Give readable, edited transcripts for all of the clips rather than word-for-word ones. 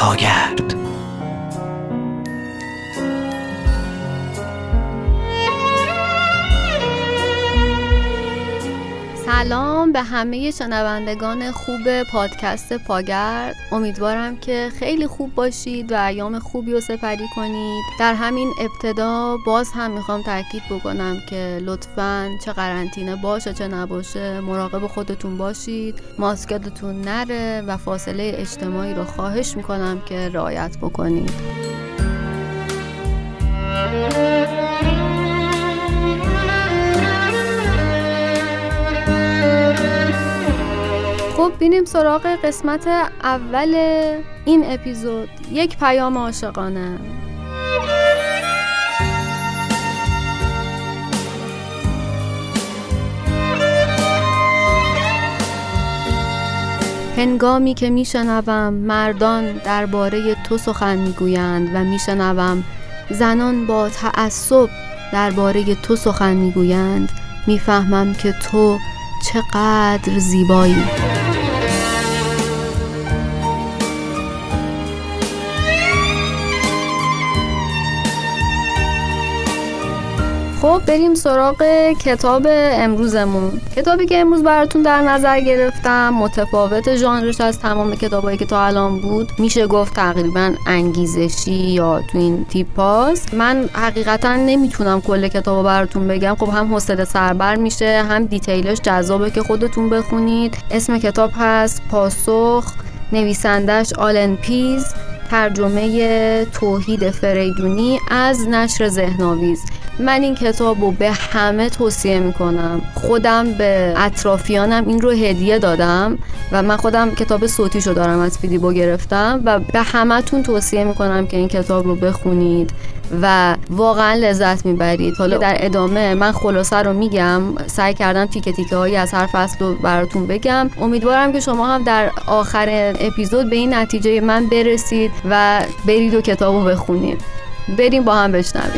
پاگرد. سلام به همه شنوندگان خوب پادکست پاگرد. امیدوارم که خیلی خوب باشید و ایام خوبی رو سپری کنید. در همین ابتدا باز هم میخوام تاکید بکنم که لطفاً چه قرنطینه باشه چه نباشه مراقب خودتون باشید، ماسک یادتون نره و فاصله اجتماعی رو خواهش میکنم که رعایت بکنید. خب بینیم سراغ قسمت اول این اپیزود، یک پیام عاشقانه. هنگامی که میشنوم مردان درباره تو سخن میگویند و میشنوم زنان با تعصب درباره تو سخن میگویند، میفهمم که تو چقدر زیبایی. خب بریم سراغ کتاب امروزمون. کتابی که امروز براتون در نظر گرفتم متفاوت ژانرش از تمام کتابایی که تا الان بود، میشه گفت تقریبا انگیزشی یا تو این تیپاست. من حقیقتا نمیتونم کل کتابو براتون بگم، خب هم حوصله سربر میشه هم دیتیلش جذابه که خودتون بخونید. اسم کتاب هست پاسخ، نویسندش آلن پیز، ترجمه توحید فریدونی از نشر ذهن‌آویز. من این کتاب رو به همه توصیه میکنم. خودم به اطرافیانم این رو هدیه دادم و من خودم کتاب صوتیشو دارم، از فیدیبو گرفتم و به همتون توصیه میکنم که این کتاب رو بخونید و واقعا لذت میبرید. حالا در ادامه من خلاصه رو میگم، سعی کردم تیکه تیکه هایی از هر فصل رو براتون بگم. امیدوارم که شما هم در آخر اپیزود به این نتیجه من برسید و برید و کتاب رو بخونید. بریم با هم بشنویم.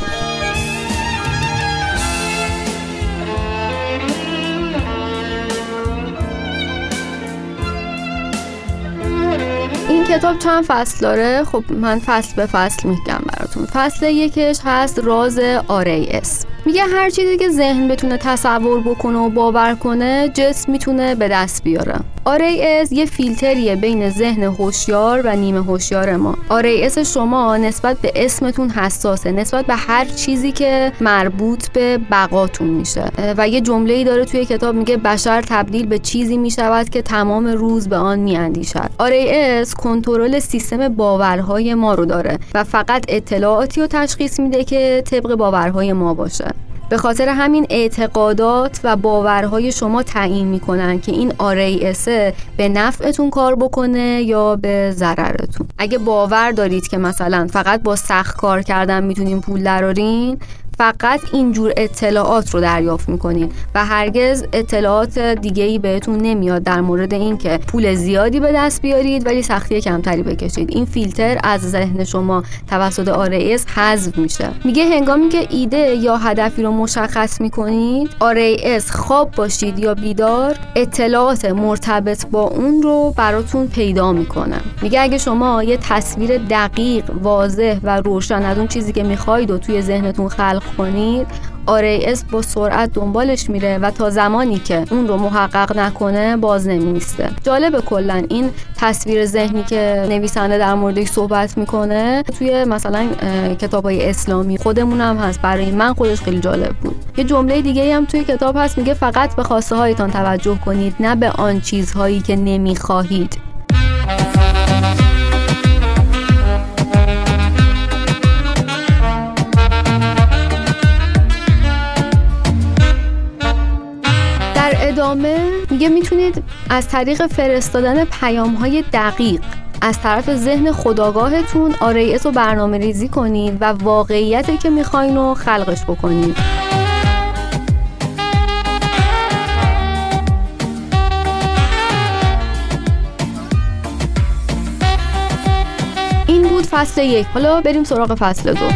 این کتاب چند فصل داره؟ خب من فصل به فصل میگم براتون. فصل یکش هست راز RAS. میگه هر چیزی که ذهن بتونه تصور بکنه و باور کنه جسم میتونه به دست بیاره. RAS یه فیلتریه بین ذهن هوشیار و نیمه هوشیار ما. RAS شما نسبت به اسمتون حساسه، نسبت به هر چیزی که مربوط به بقاتون میشه. و یه جمله‌ای داره توی کتاب میگه بشر تبدیل به چیزی میشود که تمام روز به آن میاندیشد. RAS کنترل سیستم باورهای ما رو داره و فقط اطلاعاتی رو تشخیص میده که طبق باورهای ما باشه. به خاطر همین اعتقادات و باورهای شما تعیین میکنن که این RAS به نفعتون کار بکنه یا به ضررتون. اگه باور دارید که مثلا فقط با سخت کار کردن میتونین پول درارین، فقط اینجور اطلاعات رو دریافت میکنین و هرگز اطلاعات دیگه‌ای بهتون نمیاد در مورد این که پول زیادی به دست بیارید ولی سختی کمتری بکشید. این فیلتر از ذهن شما توسط RAS حذف میشه. میگه هنگامی که ایده یا هدفی رو مشخص میکنید، RAS خواب باشید یا بیدار، اطلاعات مرتبط با اون رو براتون پیدا میکنه. میگه اگه شما یه تصویر دقیق، واضح و روشن از اون چیزی که میخواید و توی ذهنتون خلق کنید، RAS با سرعت دنبالش میره و تا زمانی که اون رو محقق نکنه باز نمیسته. جالبه کلا این تصویر ذهنی که نویسنده در موردش صحبت میکنه توی مثلا کتابای اسلامی خودمون هم هست. برای من خودش خیلی جالب بود. یه جمله دیگه هم توی کتاب هست، میگه فقط به خواسته هایتان توجه کنید، نه به آن چیزهایی که نمیخواهید. ادامه میگه میتونید از طریق فرستادن پیام‌های دقیق از طرف ذهن خودآگاهتون RAS رو برنامه ریزی کنید و واقعیتی که میخواین رو خلقش بکنید. این بود فصل 1. حالا بریم سراغ فصل 2.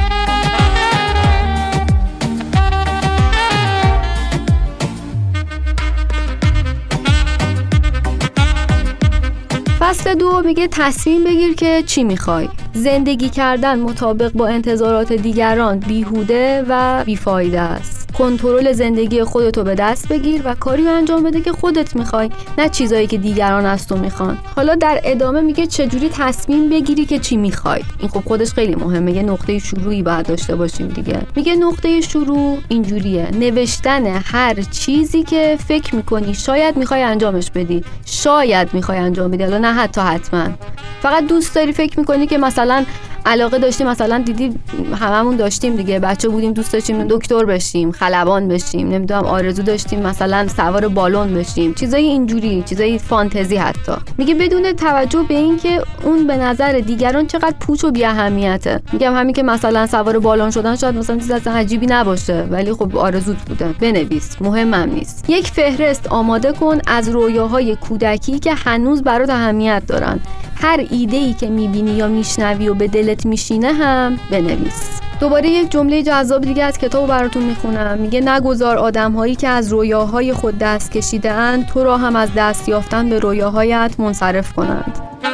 فصل 2 میگه تصمیم بگیر که چی میخوای. زندگی کردن مطابق با انتظارات دیگران بیهوده و بیفایده است. کنترل زندگی خودتو به دست بگیر و کاری انجام بده که خودت میخوای، نه چیزایی که دیگران از تو میخوان. حالا در ادامه میگه چجوری تصمیم بگیری که چی میخوای. این خب خودش خیلی مهمه، یه نقطه شروعی باید داشته باشیم دیگه. میگه نقطه شروع اینجوریه: نوشتن هر چیزی که فکر میکنی شاید میخوای انجامش بدی، شاید میخوای انجام بدی، حالا نه حتما. فقط دوست داری، فکر میکنی که مثلا علاقه داشتی، مثلا دیدی هممون داشتیم دیگه، بچه بودیم دوست داشتیم دکتر بشیم، خلبان بشیم، نمیدونم آرزو داشتیم مثلا سوار بالون بشیم، چیزای اینجوری، چیزای فانتزی حتی. میگه بدون توجه به این که اون به نظر دیگران چقدر پوچ و بی اهمیته. میگم همین که مثلا سوار بالون شدن شاید مثلا چیز اصلا عجیبی نباشه، ولی خب آرزوت بوده، بنویس، مهمم نیست. یک فهرست آماده کن از رویاهای کودکی که هنوز برات اهمیت دارن. هر ایده‌ای که میبینی یا میشنوی و به دلت میشینه هم بنویس. دوباره یک جمله جذاب دیگه از کتابو براتون میخونم. میگه نگذار آدم‌هایی که از رویاهای خود دست کشیده‌اند تو را هم از دست یافتن به رویاهایت منصرف کنند.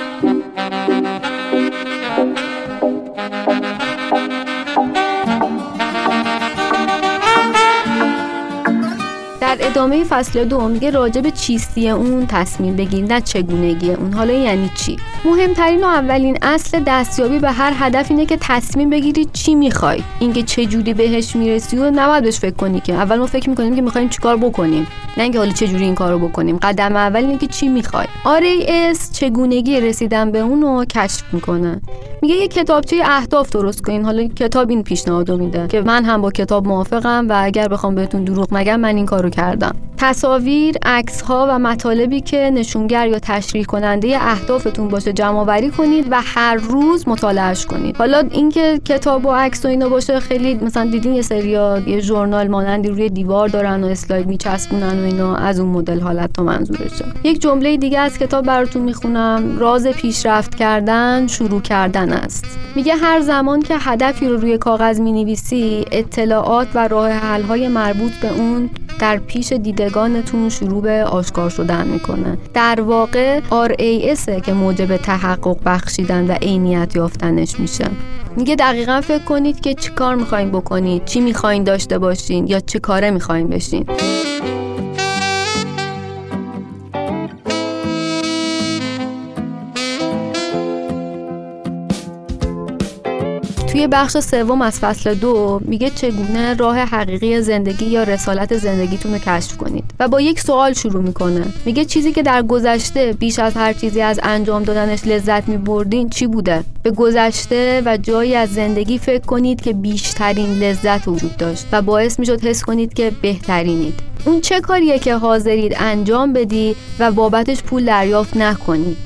در ادامه فصل 2 میگه راجع به چیستی اون تصمیم بگیر، نه چگونگی اون. حالا یعنی چی؟ مهمترین و اولین اصل دستیابی به هر هدف اینه که تصمیم بگیری چی میخوای. اینکه چه جوری بهش میرسی و نباید بهش فکر کنی که اول ما فکر میکنیم که میخوایم چیکار بکنیم، نه اینکه حالا چه جوری این کارو بکنیم. قدم اول اینه که چی میخوای. RAS چگونگی رسیدن به اون رو کشف میکنه. میگه یه کتابچه اهداف درست کنین. حالا کتاب این پیشنهادو میده که من هم با کتاب موافقم و اگر بخوام بهتون دروغ نگم من این کارو کردم. تصاویر، عکس‌ها و مطالبی که نشونگر یا تشریح کننده اهدافتون باشه جمع‌آوری کنید و هر روز مطالعهش کنید. حالا اینکه کتاب و عکس و اینا باشه، خیلی مثلا دیدین یه سری‌ها یه ژورنال مانندی روی دیوار دارن و اسلاید میچسبونن و اینا، از اون مدل حالت تا منظورشه. یک جمله دیگه از کتاب براتون میخونم. راز پیشرفت کردن شروع کردن است. میگه هر زمان که هدفی رو روی کاغذ مینویسی، اطلاعات و راه حل‌های مربوط به اون در پیش دیدگانتون شروع به آشکار شدن میکنه. در واقع RAS که موجب تحقق بخشیدن و عینیت یافتنش میشه. میگه دقیقاً فکر کنید که چی کار میخواین بکنید، چی میخواین داشته باشین یا چه کاره میخواین بشین. توی بخش سوم از فصل 2 میگه چگونه راه حقیقی زندگی یا رسالت زندگیتون رو کشف کنید و با یک سوال شروع میکنه. میگه چیزی که در گذشته بیش از هر چیزی از انجام دادنش لذت میبردین چی بوده؟ به گذشته و جایی از زندگی فکر کنید که بیشترین لذت وجود داشت و باعث میشد حس کنید که بهترینید. اون چه کاریه که حاضرید انجام بدی و بابتش پول دریافت نکنی؟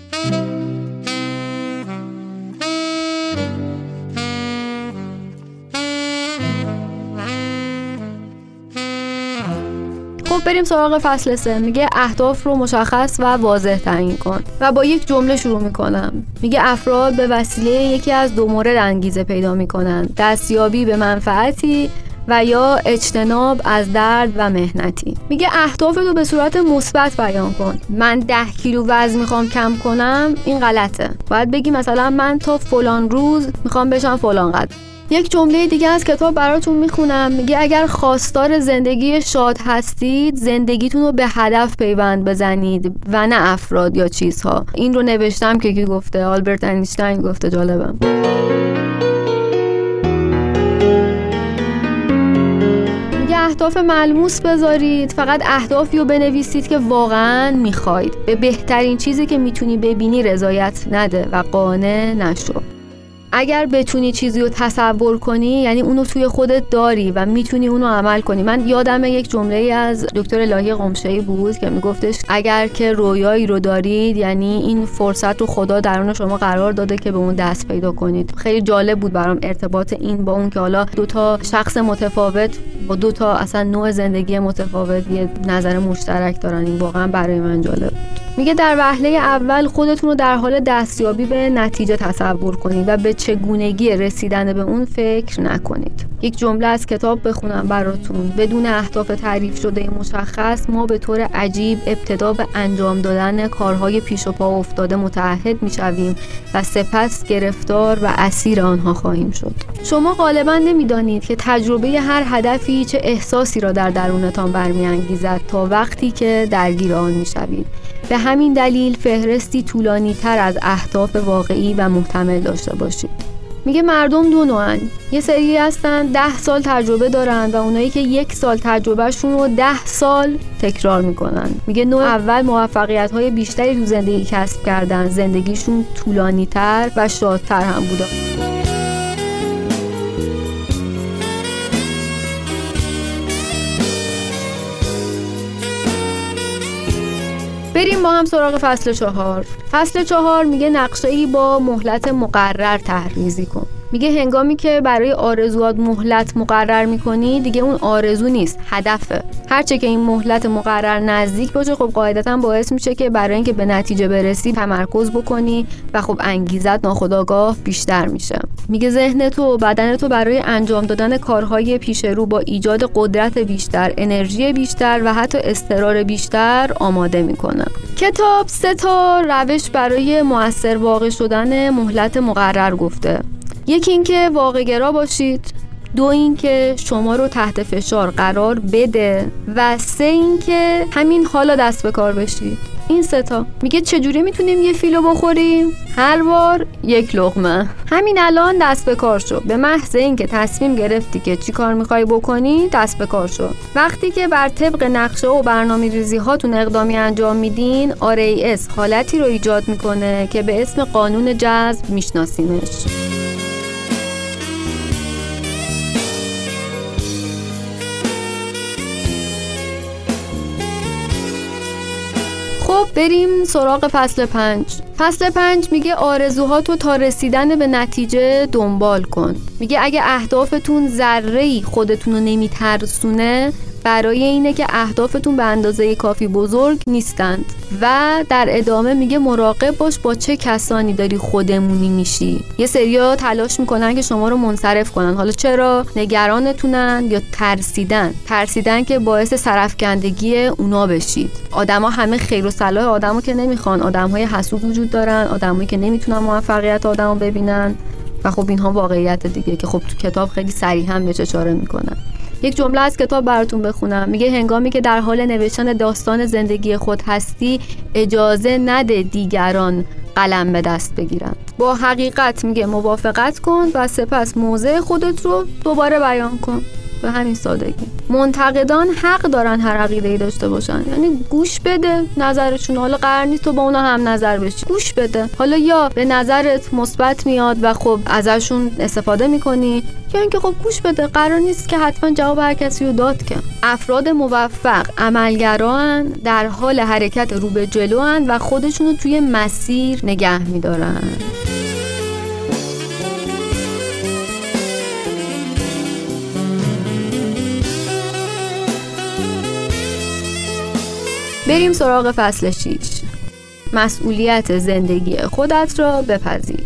خب بریم سراغ فصل 3. میگه اهداف رو مشخص و واضح تعیین کن و با یک جمله شروع میکنم. میگه افراد به وسیله یکی از دو مورد انگیزه پیدا میکنن: دستیابی به منفعتی و یا اجتناب از درد و محنتی. میگه اهدافتو به صورت مثبت بیان کن. من 10 کیلو وزن میخوام کم کنم، این غلطه. باید بگی مثلا من تا فلان روز میخوام بشم فلان قد. یک جمله دیگه از کتاب براتون میخونم. میگه اگر خواستار زندگی شاد هستید، زندگیتون رو به هدف پیوند بزنید و نه افراد یا چیزها. این رو نوشتم که کی گفته؟ آلبرت اینشتین گفته. جالبم. اهداف ملموس بذارید. فقط اهدافی رو بنویسید که واقعا میخواید. به بهترین چیزی که میتونی ببینی رضایت نده و قانع نشو. اگر بتونی چیزی رو تصور کنی، یعنی اونو توی خودت داری و میتونی اونو عمل کنی. من یادم یک جمله از دکتر الهی قمشه‌ای بود که میگفتش اگر که رویایی رو دارید، یعنی این فرصت رو خدا درون شما قرار داده که به اون دست پیدا کنید. خیلی جالب بود برام ارتباط این با اون که حالا دو تا شخص متفاوت با 2 تا اصلا نوع زندگی متفاوت یه نظر مشترک دارن. این واقعا برای من جالب بود. میگه در وهله اول خودتون رو در حال دستیابی به نتیجه تصور کنید و به چگونگی رسیدن به اون فکر نکنید. یک جمله از کتاب بخونم براتون. بدون اهداف تعریف شده مشخص ما به طور عجیب ابتدا به انجام دادن کارهای پیش و پا افتاده متعهد میشویم و سپس گرفتار و اسیر آنها خواهیم شد. شما غالبا نمیدانید که تجربه هر هدفی چه احساسی را در درونتان برمی‌انگیزد تا وقتی که درگیر آن میشوید. به همین دلیل فهرستی طولانی تر از اهداف واقعی و محتمل داشته باشید. میگه مردم 2 نوعن. یه سری هستن 10 سال تجربه دارن و اونایی که 1 سال تجربهشون رو 10 سال تکرار میکنن. میگه نوع اول موفقیت‌های بیشتری تو زندگی کسب کردن، زندگیشون طولانی تر و شادتر هم بوده. بریم با هم سراغ فصل 4. فصل 4 میگه نقشه‌ای با مهلت مقرر طرح‌ریزی کن. میگه هنگامی که برای آرزوات مهلت مقرر میکنی دیگه اون آرزو نیست، هدفه. هرچه که این مهلت مقرر نزدیک باشه خب قاعدتا باعث میشه که برای اینکه به نتیجه برسی تمرکز بکنی و خب انگیزت ناخودآگاه بیشتر میشه. میگه ذهن تو و بدن تو برای انجام دادن کارهای پیش رو با ایجاد قدرت بیشتر، انرژی بیشتر و حتی اصرار بیشتر آماده میکنه. کتاب 3 تا روش برای مؤثر واقع شدن مهلت مقرر گفته. یکی این که واقع گرا باشید، 2 این که شما رو تحت فشار قرار بده و 3 این که همین حالا دست به کار بشید. این 3 تا. میگه چجوری میتونیم یه فیلو بخوریم؟ هر بار 1 لقمه. همین الان دست به کار شو. به محض اینکه تصمیم گرفتی که چی کار میخوای بکنی دست به کار شو. وقتی که بر طبق نقشه و برنامه‌ریزی هاتون اقدامی انجام میدین، RAS حالتی رو ایجاد میکنه که به اسم قانون جذب میشناسینش. خب بریم سراغ فصل 5. فصل 5 میگه آرزوهاتو تا رسیدن به نتیجه دنبال کن. میگه اگه اهدافتون ذره‌ای خودتون رو نمیترسونه برای اینه که اهدافتون به اندازه کافی بزرگ نیستند. و در ادامه میگه مراقب باش با چه کسانی داری خودمونی میشی. یه سریا تلاش میکنن که شما رو منصرف کنن. حالا چرا؟ نگرانتونن یا ترسیدن که باعث سرفکندگی اونا بشید. آدما همه خیر و صلاح آدمو که نمیخوان. آدمهای حسود وجود دارن، آدمایی که نمیتونن موفقیت آدمو ببینن و خب اینها واقعیت دیگه که خب تو کتاب خیلی صریحا بهش اشاره میکنن. یک جمله از کتاب براتون بخونم. میگه هنگامی که در حال نوشتن داستان زندگی خود هستی اجازه نده دیگران قلم به دست بگیرن. با حقیقت میگه موافقت کن و سپس موضع خودت رو دوباره بیان کن. به همین سادگی. منتقدان حق دارن هر عقیده‌ای داشته باشن، یعنی گوش بده نظرشون. حالا قرار نیست تو با اونا هم نظر بشی، گوش بده. حالا یا به نظرت مثبت میاد و خب ازشون استفاده میکنی، یا اینکه خب گوش بده. قرار نیست که حتما جواب هر کسی رو داد که. افراد موفق عملگران، در حال حرکت رو به جلوان و خودشون رو توی مسیر نگه میدارن. بریم سراغ فصل 6. مسئولیت زندگی خودت را بپذیر.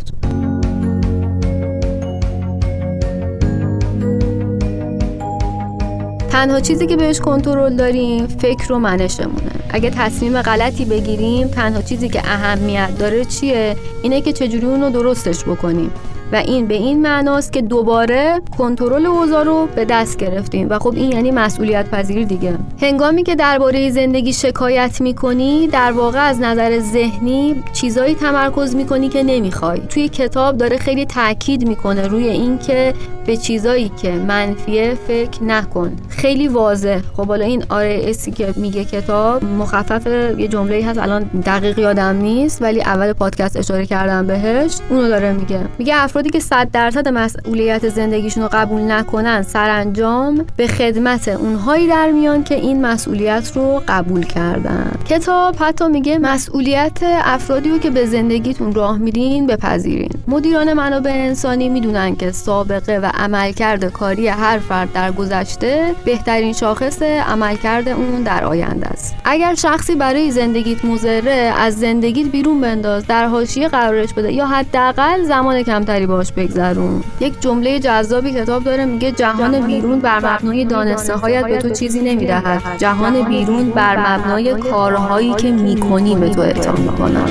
تنها چیزی که بهش کنترل داریم فکر و منشمونه. اگه تصمیم غلطی بگیریم تنها چیزی که اهمیت داره چیه؟ اینه که چجوری اونو درستش بکنیم. و این به این معناست که دوباره کنترل اوضاع رو به دست گرفتیم و خب این یعنی مسئولیت پذیری دیگه. هنگامی که درباره زندگی شکایت میکنی در واقع از نظر ذهنی چیزایی تمرکز میکنی که نمیخوای. توی کتاب داره خیلی تاکید میکنه روی این که به چیزایی که منفیه فکر نکن. خیلی واضح. خب حالا این RAS که میگه کتاب مخفف یه جمله‌ای هست، الان دقیق یادم نیست ولی اول پادکست اشاره کردم بهش. اونو داره میگه افرادی که 100% مسئولیت زندگیشون رو قبول نکنن سرانجام به خدمت اونهایی در میان که این مسئولیت رو قبول کردن. کتاب حتی میگه مسئولیت افرادی رو که به زندگیتون راه میدین بپذیرین. مدیران منابع انسانی میدونن که سابقه و عملکرد کاری هر فرد در گذشته بهترین شاخص عملکرد اون در آینده است. اگر شخصی برای زندگیت مضره، از زندگیت بیرون بنداز، در حاشیه قرارش بده یا حداقل زمان کمتری باهاش بگذرون. یک جمله جذابی کتاب داره، میگه جهان بیرون بر مبنای دانسته هایت به تو چیزی نمیدهد، جهان بیرون بر مبنای کارهایی که میکنی به تو اعطا میکنه.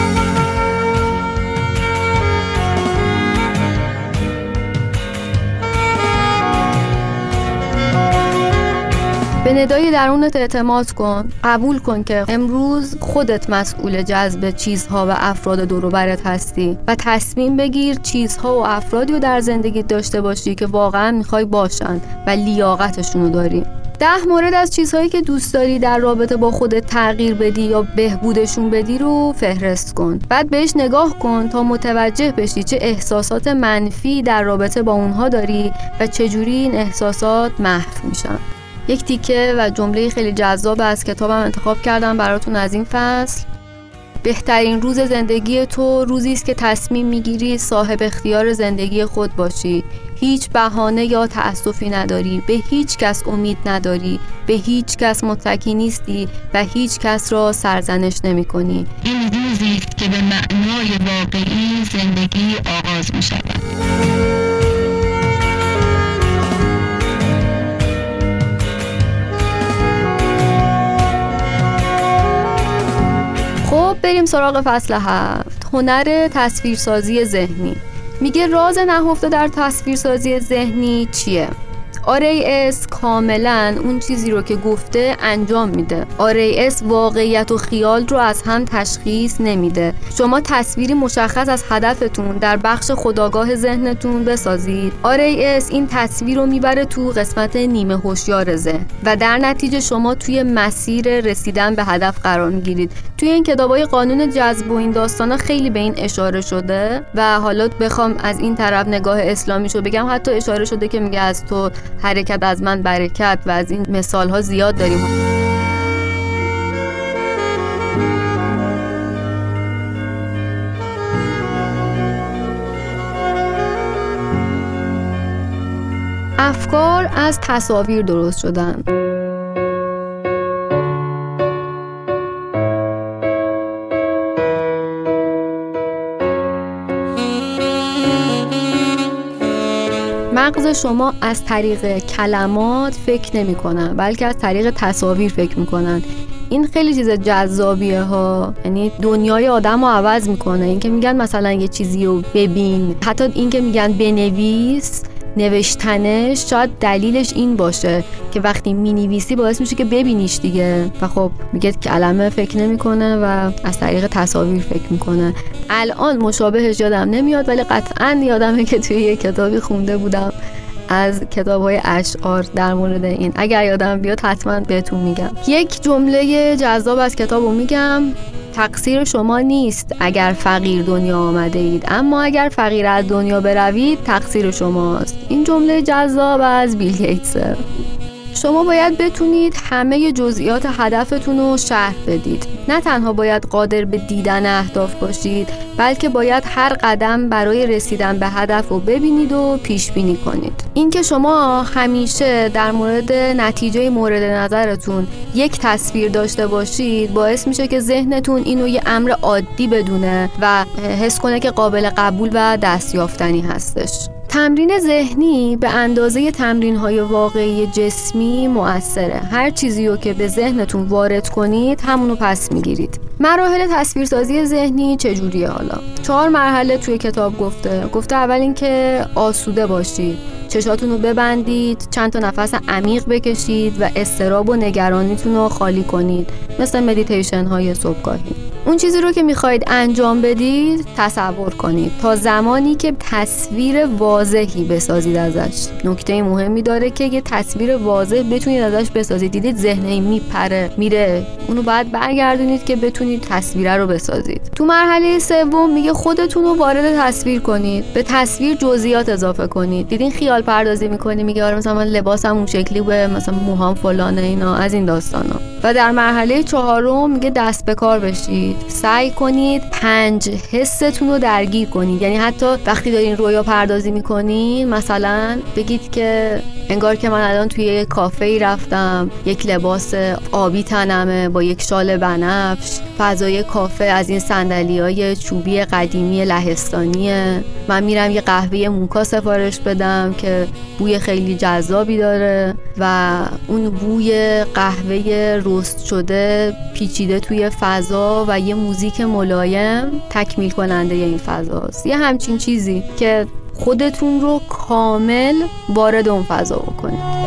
به ندای درونت اعتماد کن. قبول کن که امروز خودت مسئول جذب چیزها و افراد دور و برت هستی و تصمیم بگیر چیزها و افرادی رو در زندگیت داشته باشی که واقعا میخوای باشن و لیاقتشون رو داری. 10 مورد از چیزهایی که دوست داری در رابطه با خودت تغییر بدی یا بهبودشون بدی رو فهرست کن. بعد بهش نگاه کن تا متوجه بشی چه احساسات منفی در رابطه با اونها داری و چجوری این احساسات محو میشن. یک تیکه و جمله خیلی جذاب از کتابم انتخاب کردم براتون از این فصل. بهترین روز زندگی تو روزی است که تصمیم میگیری صاحب اختیار زندگی خود باشی. هیچ بهانه یا تأسفی نداری، به هیچ کس امید نداری، به هیچ کس متکی نیستی و هیچ کس را سرزنش نمی کنی. این روزی است که به معنای واقعی زندگی آغاز می شود. خب بریم سراغ فصل 7. هنر تصویرسازی ذهنی. میگه راز نهفته در تصویرسازی ذهنی چیه؟ RAS کاملا اون چیزی رو که گفته انجام میده. RAS واقعیت و خیال رو از هم تشخیص نمیده. شما تصویری مشخص از هدفتون در بخش خودآگاه ذهنتون بسازید. RAS این تصویر رو میبره تو قسمت نیمه هوشیار ذهن و در نتیجه شما توی مسیر رسیدن به هدف قرار میگیرید. توی این کتابای قانون جذب و این داستانا خیلی به این اشاره شده و حالا بخوام از این طرف نگاه اسلامیشو بگم، حتی اشاره شده که میگه از تو حرکت از من برکت و از این مثال ها زیاد داریم. افکار از تصاویر درست شدن. مغز شما از طریق کلمات فکر نمی کنن بلکه از طریق تصاویر فکر می کنن. این خیلی چیز جذابیه ها، یعنی دنیای آدم رو عوض میکنه. این که میگن مثلا یه چیزی رو ببین، حتی این که میگن بنویس، نوشتنش شاید دلیلش این باشه که وقتی مینویسی باعث میشه که ببینیش دیگه. و خب میگه کلمه فکر نمیکنه و از طریق تصاویر فکر میکنه. الان مشابهش یادم نمیاد ولی قطعا یادمه که توی یه کتابی خونده بودم از کتاب‌های اشعار در مورد این. اگر یادم بیاد حتما بهتون میگم. یک جمله جذاب از کتابو میگم: تقصیر شما نیست اگر فقیر دنیا آمده اید، اما اگر فقیر از دنیا بروید تقصیر شماست. این جمله جذاب از بیل گیتسه. شما باید بتونید همه جزئیات هدفتون رو شرح بدید. نه تنها باید قادر به دیدن اهداف باشید، بلکه باید هر قدم برای رسیدن به هدف رو ببینید و پیش بینی کنید. اینکه شما همیشه در مورد نتیجه مورد نظرتون یک تصویر داشته باشید باعث میشه که ذهنتون اینو یه امر عادی بدونه و حس کنه که قابل قبول و دستیافتنی هستش. تمرین ذهنی به اندازه تمرین‌های واقعی جسمی مؤثره. هر چیزی رو که به ذهنتون وارد کنید همونو پس میگیرید. مراحل تصویرسازی ذهنی چجوریه حالا؟ 4 مرحله توی کتاب گفته اول این که آسوده باشید. چشاتون رو ببندید، چند تا نفس عمیق بکشید و اضطراب و نگرانیتون رو خالی کنید، مثل مدیتیشن های صبحگاهی. اون چیزی رو که میخواید انجام بدید تصور کنید تا زمانی که تصویر واضحی بسازید ازش. نکته مهمی داره که یه تصویر واضح بتونید ازش بسازید. دیدید ذهنی میپره میره، اونو باید برگردونید که بتونید تصویر رو بسازید. تو مرحله سوم میگه خودتون رو وارد تصویر کنید، به تصویر جزئیات اضافه کنید. دیدین خیال پردازی میکنی، میگه آره مثلا من لباسم اون شکلی به مثلا موهام فلانه، اینا از این داستانا. و در مرحله چهارم میگه دست به کار بشید، سعی کنید 5 حستون رو درگیر کنید. یعنی حتی وقتی دارین رویا پردازی میکنین مثلا بگید که انگار که من الان توی یک کافه‌ای رفتم، یک لباس آبی تنمه با یک شال بنفش، فضای کافه از این صندلی‌های چوبی قدیمی لهستانیه، من میرم یه قهوه موکا سفارش بدم که بوی خیلی جذابی داره و اون بوی قهوه رست شده پیچیده توی فضا و یه موزیک ملایم تکمیل کننده این فضاست. یه همچین چیزی که خودتون رو کامل وارد اون فضا بکنید.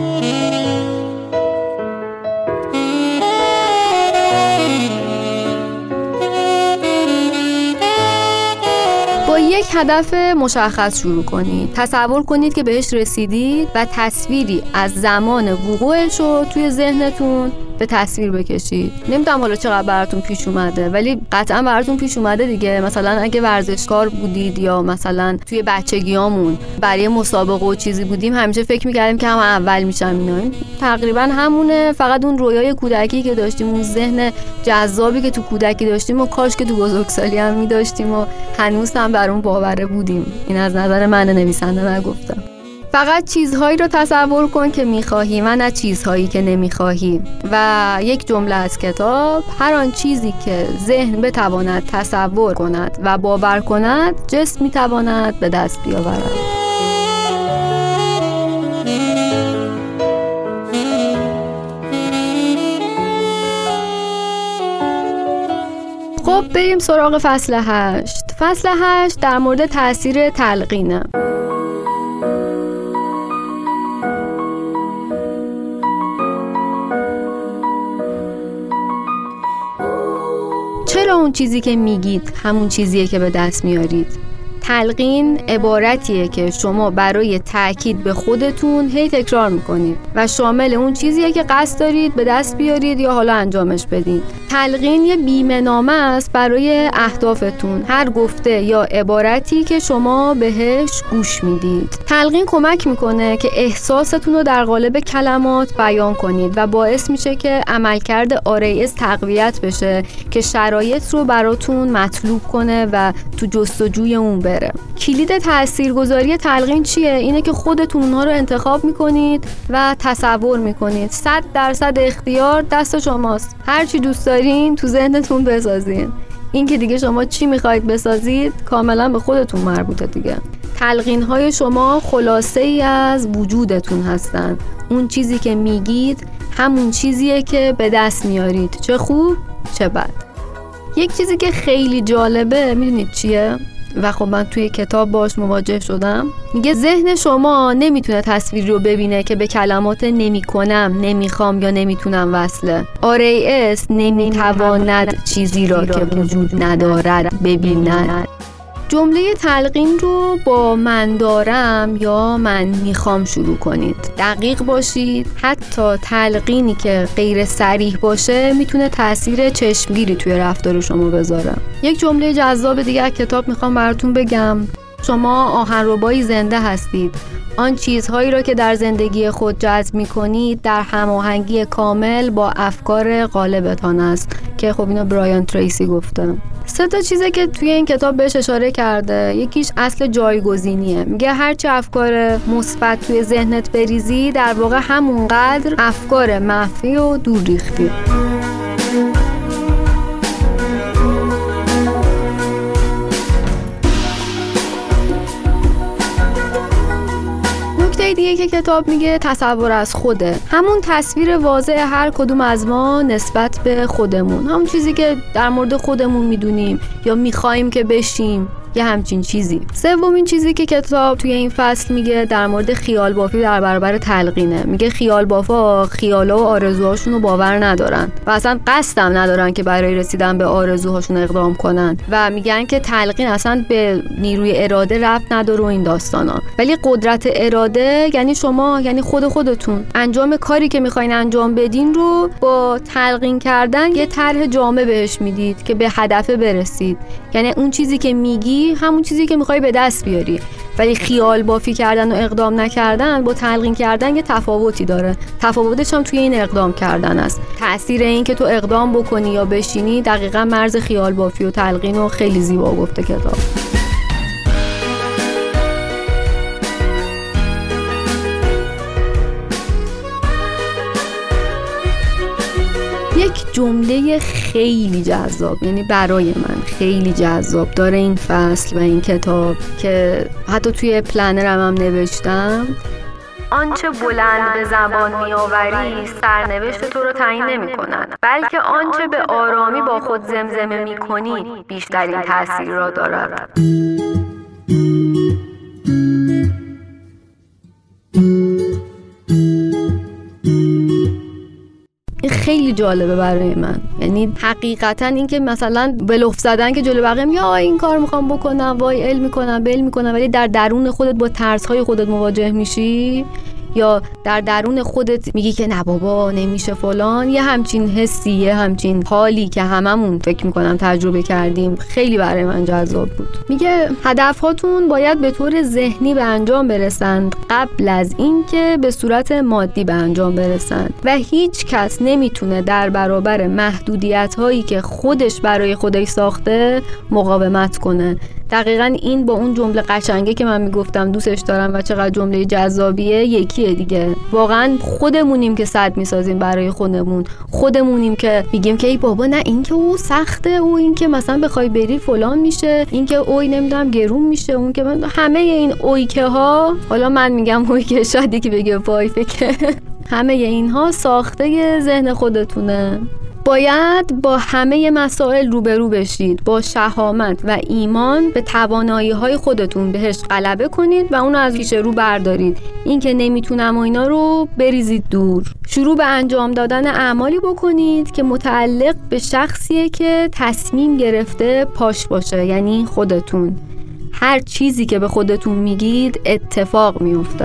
با یک هدف مشخص شروع کنید. تصور کنید که بهش رسیدید و تصویری از زمان وقوعش رو توی ذهنتون به تصویر بکشید. نمیدونم حالا چقدر براتون پیش اومده، ولی قطعا براتون پیش اومده دیگه. مثلا اگه ورزشکار بودید یا مثلا توی بچگیامون برای مسابقه و چیزی بودیم، همیشه فکر می‌کردیم که هم اول میشم اینا. تقریبا همونه، فقط اون رویای کودکی که داشتیم، اون ذهن جذابی که تو کودکی داشتیم و کاش که تو بزرگسالی هم می‌داشتیم و هنوز هم بر اون باوره بودیم. این از نظر من نویسنده نگفتم. فقط چیزهایی رو تصور کن که میخواهی و نه چیزهایی که نمیخواهی. و یک جمله از کتاب: هر آن چیزی که ذهن بتواند تصور کند و باور کند، جسم میتواند به دست بیاورد. خب بریم سراغ فصل 8. فصل 8 در مورد تاثیر تلقینه. چرا اون چیزی که میگید همون چیزیه که به دست میارید؟ تلقین عبارتیه که شما برای تأکید به خودتون هی تکرار میکنید و شامل اون چیزیه که قصد دارید به دست بیارید یا حالا انجامش بدید. تلقین یه بیمه‌نامه است برای اهدافتون، هر گفته یا عبارتی که شما بهش گوش میدید. تلقین کمک میکنه که احساستون رو در قالب کلمات بیان کنید و باعث میشه که عملکرد RAS تقویت بشه که شرایط رو براتون مطلوب کنه و تو جستجوی اون بره. کلید تاثیرگذاری تلقین چیه؟ اینه که خودتون اونها رو انتخاب میکنید و تصور میکنید. 100% اختیار دست شماست. هر چی دوست دارین تو ذهنتون بسازین. این که دیگه شما چی میخواید بسازید کاملا به خودتون مربوطه دیگه. تلقین های شما خلاصه ای از وجودتون هستن. اون چیزی که میگید همون چیزیه که به دست میارید، چه خوب چه بد. یک چیزی که خیلی جالبه میدونید چیه؟ و خب من توی کتاب باش مواجه شدم. میگه ذهن شما نمیتونه تصویر رو ببینه که به کلمات نمیکنم، نمیخوام یا نمیتونم وصله. RAS نمیتواند چیزی را که وجود ندارد ببیند. جمله تلقین رو با من دارم یا من میخوام شروع کنید. دقیق باشید. حتی تلقینی که غیر صریح باشه میتونه تاثیر چشمگیری توی رفتار شما بذاره. یک جمله جذاب دیگه از کتاب میخوام براتون بگم. شما آهنربایی زنده هستید. آن چیزهایی را که در زندگی خود جذب می‌کنید در هماهنگی کامل با افکار غالبتان است، که خب اینو برایان تریسی گفته. 3 چیزه که توی این کتاب بهش اشاره کرده. یکیش اصل جایگزینیه. میگه هرچی افکار مثبت توی ذهنت بریزی، در واقع همونقدر افکار منفی و دور ریختی. دیگه که کتاب میگه تصور از خوده. همون تصویر واضح هر کدوم از ما نسبت به خودمون، همون چیزی که در مورد خودمون میدونیم یا میخوایم که بشیم. یه همچین چیزی. سومین چیزی که کتاب توی این فصل میگه در مورد خیال بافی در برابر تلقینه. میگه خیال بافا خیالا و آرزوهاشون رو باور ندارن و اصلا قصدم ندارن که برای رسیدن به آرزوهاشون اقدام کنن و میگن که تلقین اصلا به نیروی اراده ربط نداره و این داستانا. ولی قدرت اراده یعنی شما، یعنی خودتون انجام کاری که میخواین انجام بدین رو با تلقین کردن یه طرح جامع بهش میدید که به هدف برسید. یعنی اون چیزی که میگی همون چیزی که میخوای به دست بیاری. ولی خیال بافی کردن و اقدام نکردن با تلقین کردن یه تفاوتی داره. تفاوتش هم توی این اقدام کردن است. تأثیر این که تو اقدام بکنی یا بشینی دقیقاً مرز خیال بافی و تلقین رو خیلی زیبا گفته کتاب. یک جمله خیلی جذاب، یعنی برای من خیلی جذاب داره این فصل و این کتاب که حتی توی پلنرم هم نوشتم. آنچه بلند به زبان میآوری سرنوشت تو رو تعیین نمی‌کند، بلکه آنچه به آرامی با خود زمزمه می‌کنی بیشترین تأثیر را دارد. این خیلی جالبه برای من. یعنی حقیقتا این که مثلا بلوف زدن که جلو بقیه میگه این کار میخوام بکنم، وای ال میکنم، بل میکنم، ولی در درون خودت با ترس‌های خودت مواجه میشی یا در درون خودت میگی که نه بابا نمیشه فلان. یه همچین حسی، یه همچین حالی که هممون فکر میکنم تجربه کردیم، خیلی برای من جذاب بود. میگه هدفهاتون باید به طور ذهنی به انجام برسند قبل از اینکه به صورت مادی به انجام برسند و هیچ کس نمیتونه در برابر محدودیت هایی که خودش برای خودش ساخته مقاومت کنه. دقیقاً این با اون جمله قشنگه که من میگفتم دوستش دارم و چقدر جمله جذابیه یکیه دیگه. واقعاً خودمونیم که صد میسازیم برای خودمون، خودمونیم که میگیم که ای بابا نه این که او سخته، او این که مثلا بخوای بری فلان میشه، این که اوی نمیدونم گرون میشه، اون که همه این اویکه ها، حالا من میگم اویکه شاید یکی بگه وای فکر همه اینها ساخته ذهن خودتونه. باید با همه مسائل روبرو بشید، با شهامت و ایمان به توانایی‌های خودتون بهش غلبه کنید و اونو از پیش رو بردارید. این که نمیتونم و اینا رو بریزید دور. شروع به انجام دادن اعمالی بکنید که متعلق به شخصیه که تصمیم گرفته پاش باشه، یعنی خودتون. هر چیزی که به خودتون میگید اتفاق میفته.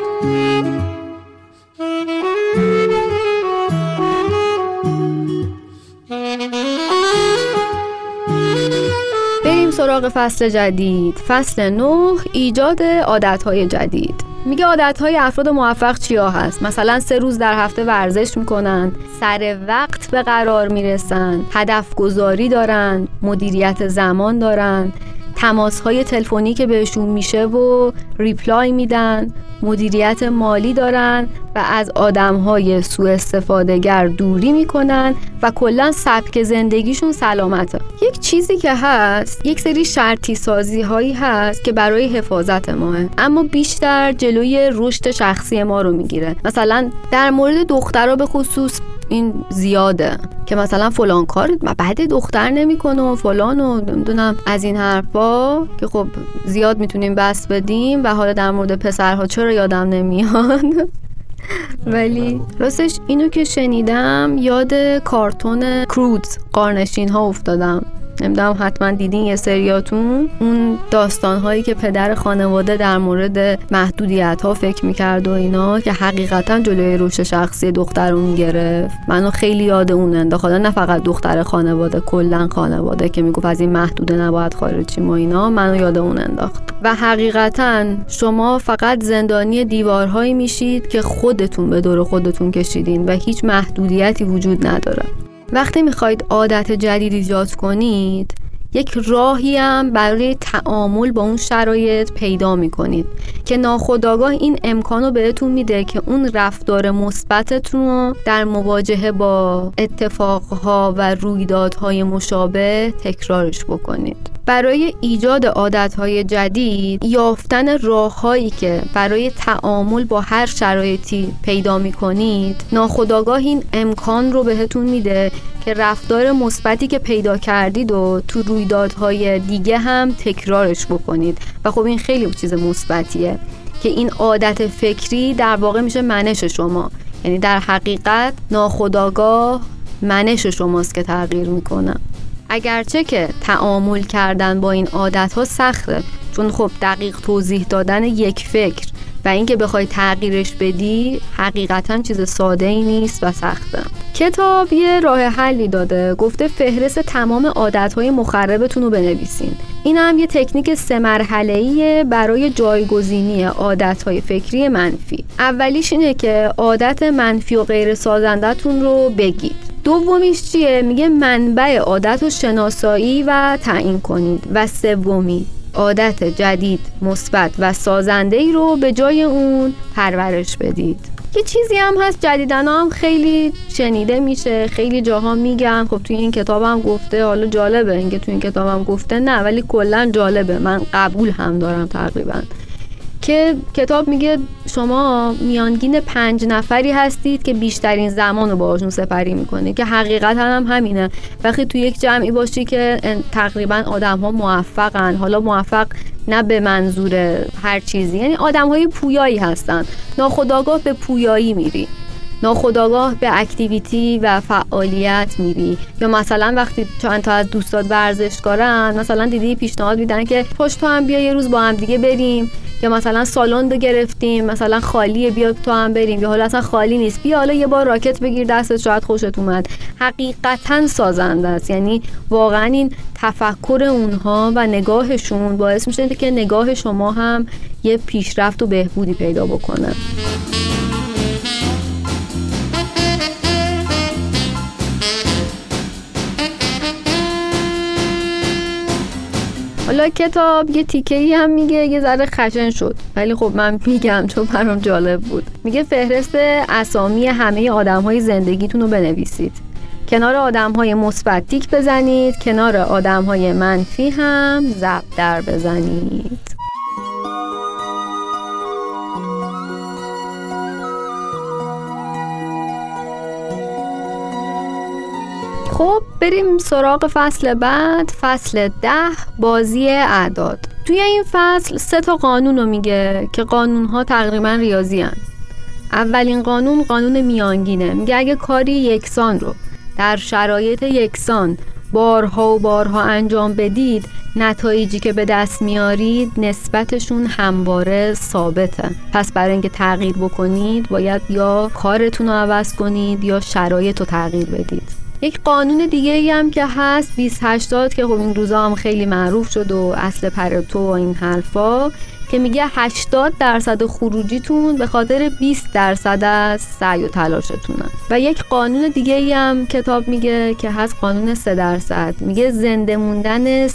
بریم سراغ فصل جدید. فصل 9، ایجاد عادتهای جدید. میگه عادتهای افراد موفق چیا هست؟ مثلا 3 روز در هفته ورزش میکنن، سر وقت به قرار میرسن، هدف گذاری دارن، مدیریت زمان دارن، تماس‌های تلفنی که بهشون میشه و ریپلای میدن، مدیریت مالی دارن و از آدم‌های سوء استفاده‌گر دوری میکنن و کلاً سبک زندگیشون سلامته. یک چیزی که هست، یک سری شرطی سازی هایی هست که برای حفاظت ماه، اما بیشتر جلوی رشد شخصی ما رو میگیره. مثلا در مورد دخترها به خصوص این زیاده که مثلا فلان کار بعد دختر نمیکنه و فلان و نمیدونم از این حرفا که خب زیاد میتونیم بس بدیم. و حالا در مورد پسرها چرا یادم نمیاد ولی راستش اینو که شنیدم یاد کارتون کروز قارنشین ها افتادم. نمیدونم حتما دیدین یه سریاتون، اون داستان‌هایی که پدر خانواده در مورد محدودیت‌ها فکر می‌کرد و اینا که حقیقتا جلوی رشد شخصی دختر رو می‌گرفت. منو خیلی یاد اون انداخت. نه فقط دختر خانواده، کلاً خانواده که میگفت از این محدوده نباید خارج شیم و اینا، منو یاد اون انداخت. و حقیقتا شما فقط زندانی دیوارهایی میشید که خودتون به دور خودتون کشیدین و هیچ محدودیتی وجود نداره. وقتی میخواید عادت جدید ایجاد کنید، یک راهی هم برای تعامل با اون شرایط پیدا میکنید که ناخودآگاه این امکانو بهتون میده که اون رفتار مثبتتون رو در مواجهه با اتفاقها و رویدادهای مشابه تکرارش بکنید. برای ایجاد عادتهای جدید یافتن راههایی که برای تعامل با هر شرایطی پیدا می‌کنید ناخودآگاه این امکان رو بهتون میده که رفتار مثبتی که پیدا کردید و تو رویدادهای دیگه هم تکرارش بکنید و خب این خیلی چیز مثبتیه که این عادت فکری در واقع میشه منش شما، یعنی در حقیقت ناخودآگاه منش شماست که تغییر میکنه. اگرچه که تعامل کردن با این عادت‌ها سخته، چون خب دقیق توضیح دادن یک فکر و اینکه بخوای تغییرش بدی حقیقتاً چیز ساده‌ای نیست و سخته. کتاب یه راه حلی داده، گفته فهرست تمام عادت‌های مخربتون رو بنویسین. این هم یه تکنیک 3 مرحله‌ایه برای جایگزینی عادت‌های فکری منفی. اولیش اینه که عادت منفی و غیر سازنده‌تون رو بگید. دومیش چیه؟ میگه منبع عادت رو شناسایی و تعیین کنید. و سومی عادت جدید، مثبت و سازنده‌ای رو به جای اون پرورش بدید. یه چیزی هم هست جدیداً هم خیلی شنیده میشه، خیلی جاها میگن، خب توی این کتابم گفته، حالا جالبه اینکه توی این کتابم گفته نه ولی کلاً جالبه، من قبول هم دارم تقریباً، که کتاب میگه شما میانگین 5 نفری هستید که بیشترین زمان رو باهاشون سپری میکنید، که حقیقتا هم همینه. وقتی توی یک جمعی باشی که تقریبا آدم ها موفقن، حالا موفق نه به منظور هر چیزی، یعنی آدم های پویایی هستن، ناخودآگاه به پویایی میری، ناخودآگاه به اکتیویتی و فعالیت میری. یا مثلا وقتی چند تا از دوستات ورزشکارن، مثلا دیدی پیشنهاد میدن که پشت تو هم بیا یه روز با هم دیگه بریم، یا مثلا سالن رو گرفتیم مثلا خالیه بیا تو هم بریم، یا حالا اصلا خالی نیست بیا حالا یه بار راکت بگیر دستت شاید خوشت اومد. حقیقتا سازنده است، یعنی واقعا این تفکر اونها و نگاهشون باعث میشه که نگاه شما هم یه پیشرفت و بهبودی پیدا بکنه. حالا کتاب یه تیکه‌ای هم میگه یه ذره خشن شد، ولی خب من میگم چون برام جالب بود. میگه فهرست اسامی همه آدم‌های زندگیتون رو بنویسید. کنار آدم‌های مثبت تیک بزنید، کنار آدم‌های منفی هم ضرب در بزنید. خب بریم سراغ فصل بعد، فصل 10، بازی اعداد. توی این فصل 3 تا قانون رو میگه که قانون‌ها تقریبا ریاضی هن. اولین قانون، قانون میانگینه، میگه اگه کاری یکسان رو در شرایط یکسان بارها و بارها انجام بدید، نتایجی که به دست میارید نسبتشون همواره ثابته. پس برای اینکه تغییر بکنید باید یا کارتون رو عوض کنید یا شرایط رو تغییر بدید. یک قانون دیگه ای هم که هست 20-80 که خب این روزا هم خیلی معروف شد و اصل پرتو و این حرفا، که میگه 80% خروجیتون به خاطر 20% از سعی و تلاشتونه. و یک قانون دیگه ای هم کتاب میگه که هست قانون 3%، میگه زنده موندن 3%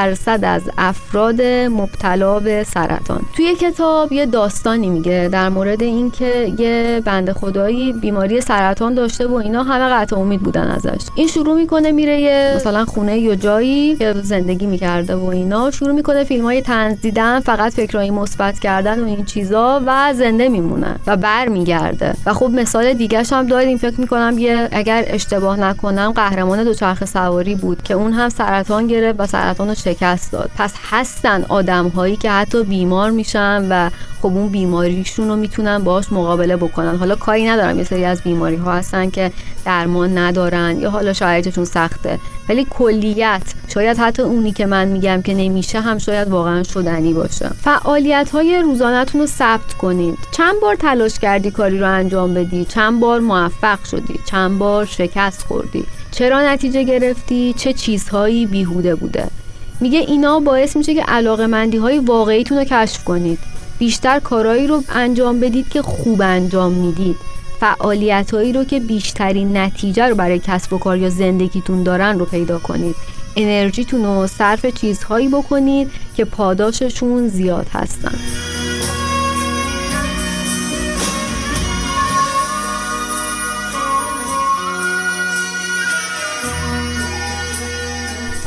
از افراد مبتلا به سرطان. توی کتاب یه داستانی میگه در مورد این که یه بنده خدایی بیماری سرطان داشته و اینا همه قطع امید بودن ازش. این شروع میکنه میره یه مثلا خونه یا جایی که زندگی میکرده و اینا، شروع میکنه فیلمای طنز دیدن، فقط فکرای مثبت کردن و این چیزا، و زنده میمونه و برمیگرده. و خب مثال دیگه‌ش هم داریم، فکر میکنم یه اگر اشتباه نکنم قهرمان دوچرخه سواری بود که اون هم سرطان گرفت و سرطان رو شکست داد. پس هستن آدم‌هایی که حتی بیمار میشن و خب اون بیماریشون رو میتونن باهاش مقابله بکنن. حالا کاری ندارم، یه سری از بیماری‌ها هستن که درمان ندارن یا حالا شرایطشون سخته، ولی کلیت شاید حتی اونی که من میگم که نمیشه هم شاید واقعا شدنی باشه. فعالیت‌های روزانه‌تون رو ثبت کنید. چند بار تلاش کردی کاری رو انجام بدی؟ چند بار موفق شدی؟ چند بار شکست خوردی؟ چرا نتیجه گرفتی؟ چه چیزهایی بیهوده بوده؟ میگه اینا باعث میشه که علاقه‌مندی‌های واقعیتون رو کشف کنید. بیشتر کارهایی رو انجام بدید که خوب انجام میدید. فعالیت‌هایی رو که بیشترین نتیجه رو برای کسب و کار یا زندگیتون دارن رو پیدا کنید. انرژیتون رو صرف چیزهایی بکنید که پاداششون زیاد هستن.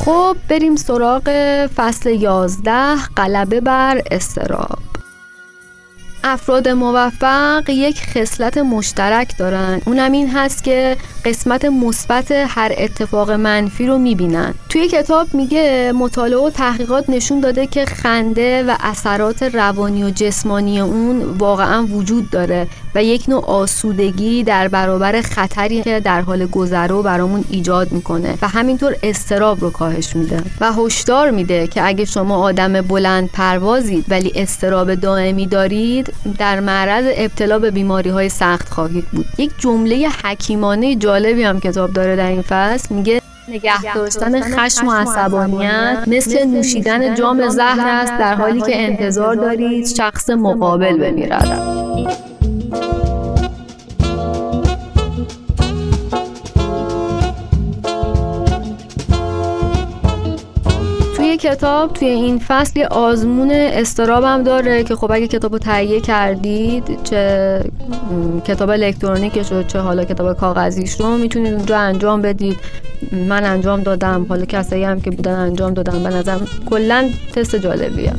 خب بریم سراغ فصل 11، غلبه بر اضطراب. افراد موفق یک خصلت مشترک دارن، اونم این هست که قسمت مثبت هر اتفاق منفی رو میبینن. توی کتاب میگه مطالعه و تحقیقات نشون داده که خنده و اثرات روانی و جسمانی اون واقعا وجود داره و یک نوع آسودگی در برابر خطری که در حال گذرو برامون ایجاد میکنه و همینطور اضطراب رو کاهش میده و هشدار میده که اگه شما آدم بلند پروازید ولی اضطراب دائمی دارید، در معرض ابتلا به بیماری‌های سخت خواهید بود. یک جمله حکیمانه جالبی هم کتاب داره در این فصل، میگه نگه داشتن خشم و عصبانیت مثل نوشیدن جام زهر است در حالی که انتظار دارید شخص مقابل بمیرد. کتاب توی این فصل یه آزمون اضطراب هم داره که خب اگه کتابو تهیه کردید، چه کتاب الکترونیکش رو چه حالا کتاب کاغذیش رو، میتونید اونجا انجام بدید. من انجام دادم، حالا کسایی هم که بودن انجام دادم. به نظرم کلا تست جالبیه.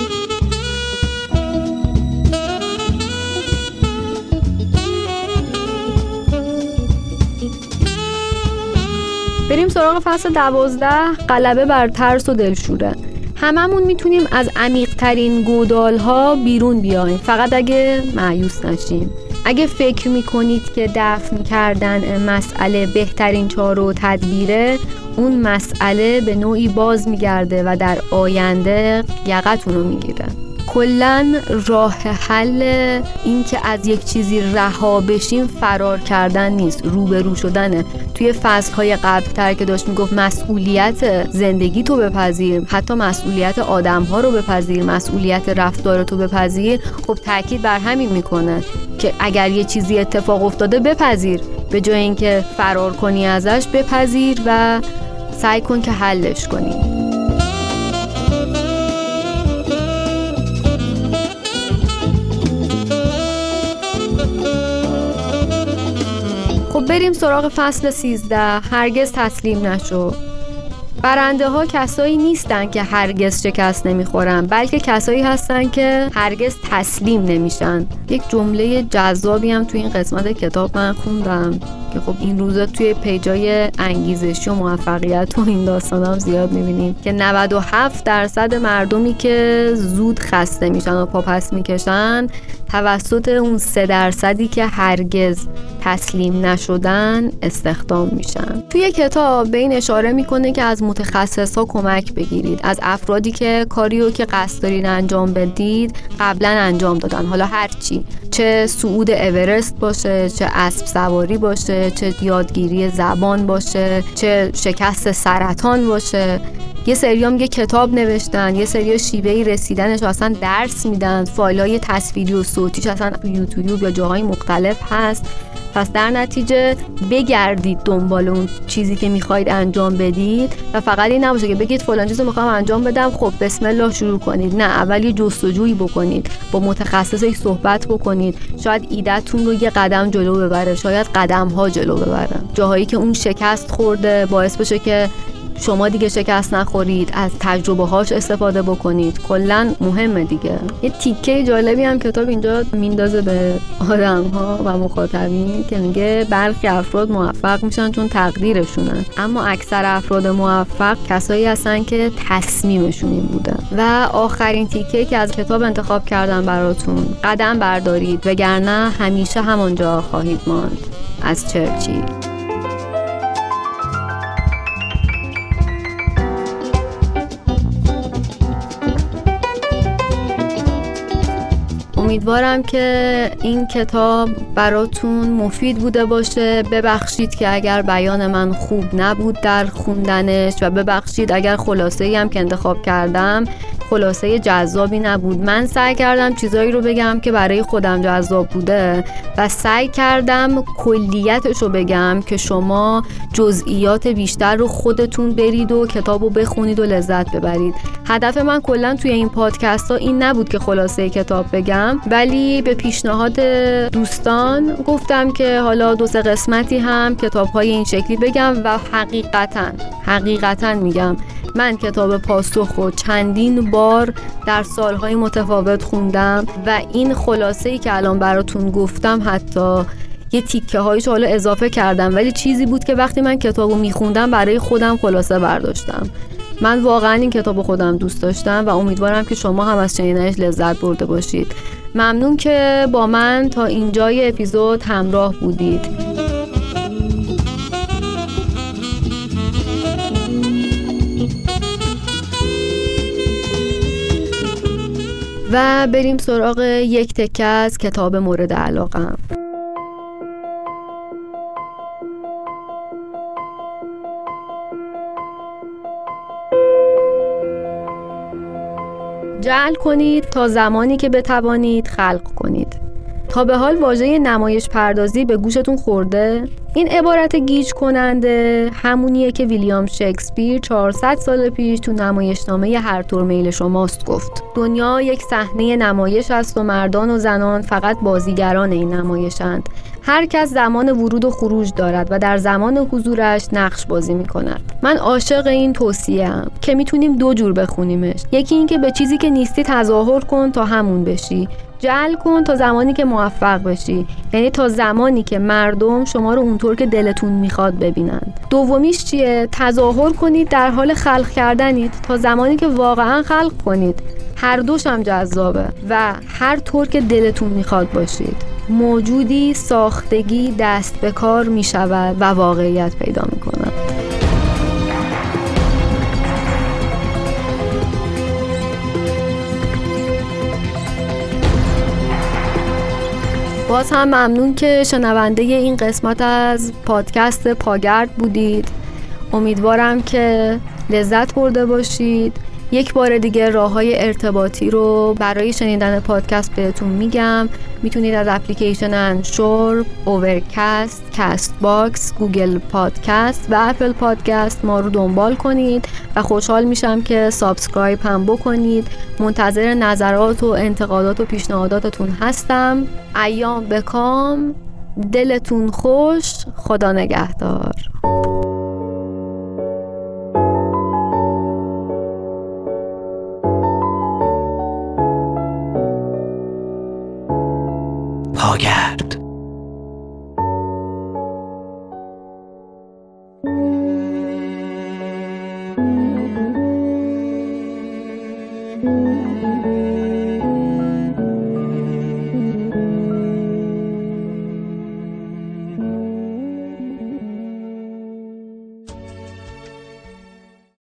بریم سراغ فصل 12، غلبه بر ترس و دلشوره. هممون میتونیم از عمیق‌ترین گودال‌ها بیرون بیایم، فقط اگه مایوس نشیم. اگه فکر میکنید که دفن کردن مسئله بهترین چاره و تدبیره، اون مسئله به نوعی باز میگرده و در آینده یقتون رو میگیره. کلن راه حل این که از یک چیزی رها بشیم فرار کردن نیست، روبرو شدنه. توی فصلهای قبل‌تر که داشت میگفت مسئولیت زندگی تو بپذیر، حتی مسئولیت آدم‌ها رو بپذیر، مسئولیت رفتار تو بپذیر، خب تاکید بر همین میکنه که اگر یه چیزی اتفاق افتاده بپذیر، به جای اینکه فرار کنی ازش بپذیر و سعی کن که حلش کنی. خب بریم سراغ فصل 13، هرگز تسلیم نشو. برنده ها کسایی نیستن که هرگز شکست نمیخورن، بلکه کسایی هستن که هرگز تسلیم نمیشن. یک جمله جذابی هم توی این قسمت کتاب من خوندم که خب این روزا توی پیجای انگیزشی و موفقیت و این داستان هم زیاد میبینیم که 97% مردمی که زود خسته میشن و پاپس میکشن توسط اون 3% که هرگز تسلیم نشدن استخدام میشن. توی کتاب به این اشاره میکنه که از متخصصا کمک بگیرید، از افرادی که کاریو که قصد دارین انجام بدید قبلا انجام دادن، حالا هر چی، چه صعود اورست باشه، چه اسب سواری باشه، چه یادگیری زبان باشه، چه شکست سرطان باشه. یه سری هم یه کتاب نوشتن، یه سری شیوهی رسیدنش اصلا درس میدن، فایلای تصویری و صوتیش اصلا یوتیوب یا جاهای مختلف هست. پس در نتیجه بگردید دنبال اون چیزی که میخواید انجام بدید و فقط این نباشه که بگید فلان چیزو میخوام انجام بدم، خب بسم الله شروع کنید. نه، اول یه جستجویی بکنید، با متخصصی صحبت بکنید، شاید ایده‌تون رو یه قدم جلو ببره، شاید قدم‌ها جلو ببره. جاهایی که اون شکست خورده باعث بشه که شما دیگه شکست نخورید، از تجربه هاش استفاده بکنید. کلا مهمه دیگه. یه تیکه جالبی هم کتاب اینجا میندازه به آدم ها و مخاطبین که میگه برخی افراد موفق میشن چون تقدیرشونه، اما اکثر افراد موفق کسایی هستن که تصمیمشون این بوده. و آخرین تیکه که از کتاب انتخاب کردم براتون، قدم بردارید وگرنه همیشه همونجا خواهید ماند، از چرچیل. امیدوارم که این کتاب براتون مفید بوده باشه. ببخشید که اگر بیان من خوب نبود در خوندنش و ببخشید اگر خلاصه‌ای هم که انتخاب کردم خلاصه جذابی نبود. من سعی کردم چیزایی رو بگم که برای خودم جذاب بوده و سعی کردم کلیتش رو بگم که شما جزئیات بیشتر رو خودتون برید و کتابو بخونید و لذت ببرید. هدف من کلا توی این پادکست ها این نبود که خلاصه کتاب بگم، ولی به پیشنهاد دوستان گفتم که حالا 2-3 قسمتی هم کتاب‌های این شکلی بگم و حقیقتاً میگم من کتاب پاسخ رو چندین بار در سالهای متفاوت خوندم و این خلاصه‌ای که الان براتون گفتم حتی یه تیکه هایش حالا اضافه کردم، ولی چیزی بود که وقتی من کتابو میخوندم برای خودم خلاصه برداشتم. من واقعا این کتابو خودم دوست داشتم و امیدوارم که شما هم از شنیدنش لذت برده باشید. ممنون که با من تا اینجای اپیزود همراه بودید. و بریم سراغ یک تکه از کتاب مورد علاقه‌ام. جعل کنید تا زمانی که بتوانید خلق کنید. تا به حال واژه نمایش پردازی به گوشتون خورده؟ این عبارت گیج کننده همونیه که ویلیام شکسپیر 400 سال پیش تو نمایشنامه هر طور میل شماست گفت. دنیا یک صحنه نمایش است و مردان و زنان فقط بازیگران این نمایشند. هر کس زمان ورود و خروج دارد و در زمان حضورش نقش بازی می‌کند. من عاشق این توصیه‌ام که میتونیم دو جور بخونیمش. یکی این که به چیزی که نیستی تظاهر کن تا همون بشی. جعل کن تا زمانی که موفق بشی، یعنی تا زمانی که مردم شما رو اونطور که دلتون میخواد ببینند. دومیش چیه؟ تظاهر کنید در حال خلق کردنید تا زمانی که واقعا خلق کنید. هر دوش هم جذابه و هر طور که دلتون میخواد باشید. موجودی ساختگی دست به کار میشود و واقعیت پیدا میکند. باز هم ممنون که شنونده این قسمت از پادکست پاگرد بودید. امیدوارم که لذت برده باشید. یک بار دیگه راه‌های ارتباطی رو برای شنیدن پادکست بهتون میگم. میتونید از اپلیکیشن انشور، اوورکست، کست باکس، گوگل پادکست و اپل پادکست ما رو دنبال کنید و خوشحال میشم که سابسکرایب هم بکنید. منتظر نظرات و انتقادات و پیشنهاداتتون هستم. ایام بکام، دلتون خوش، خدا نگهدار. پاگرد.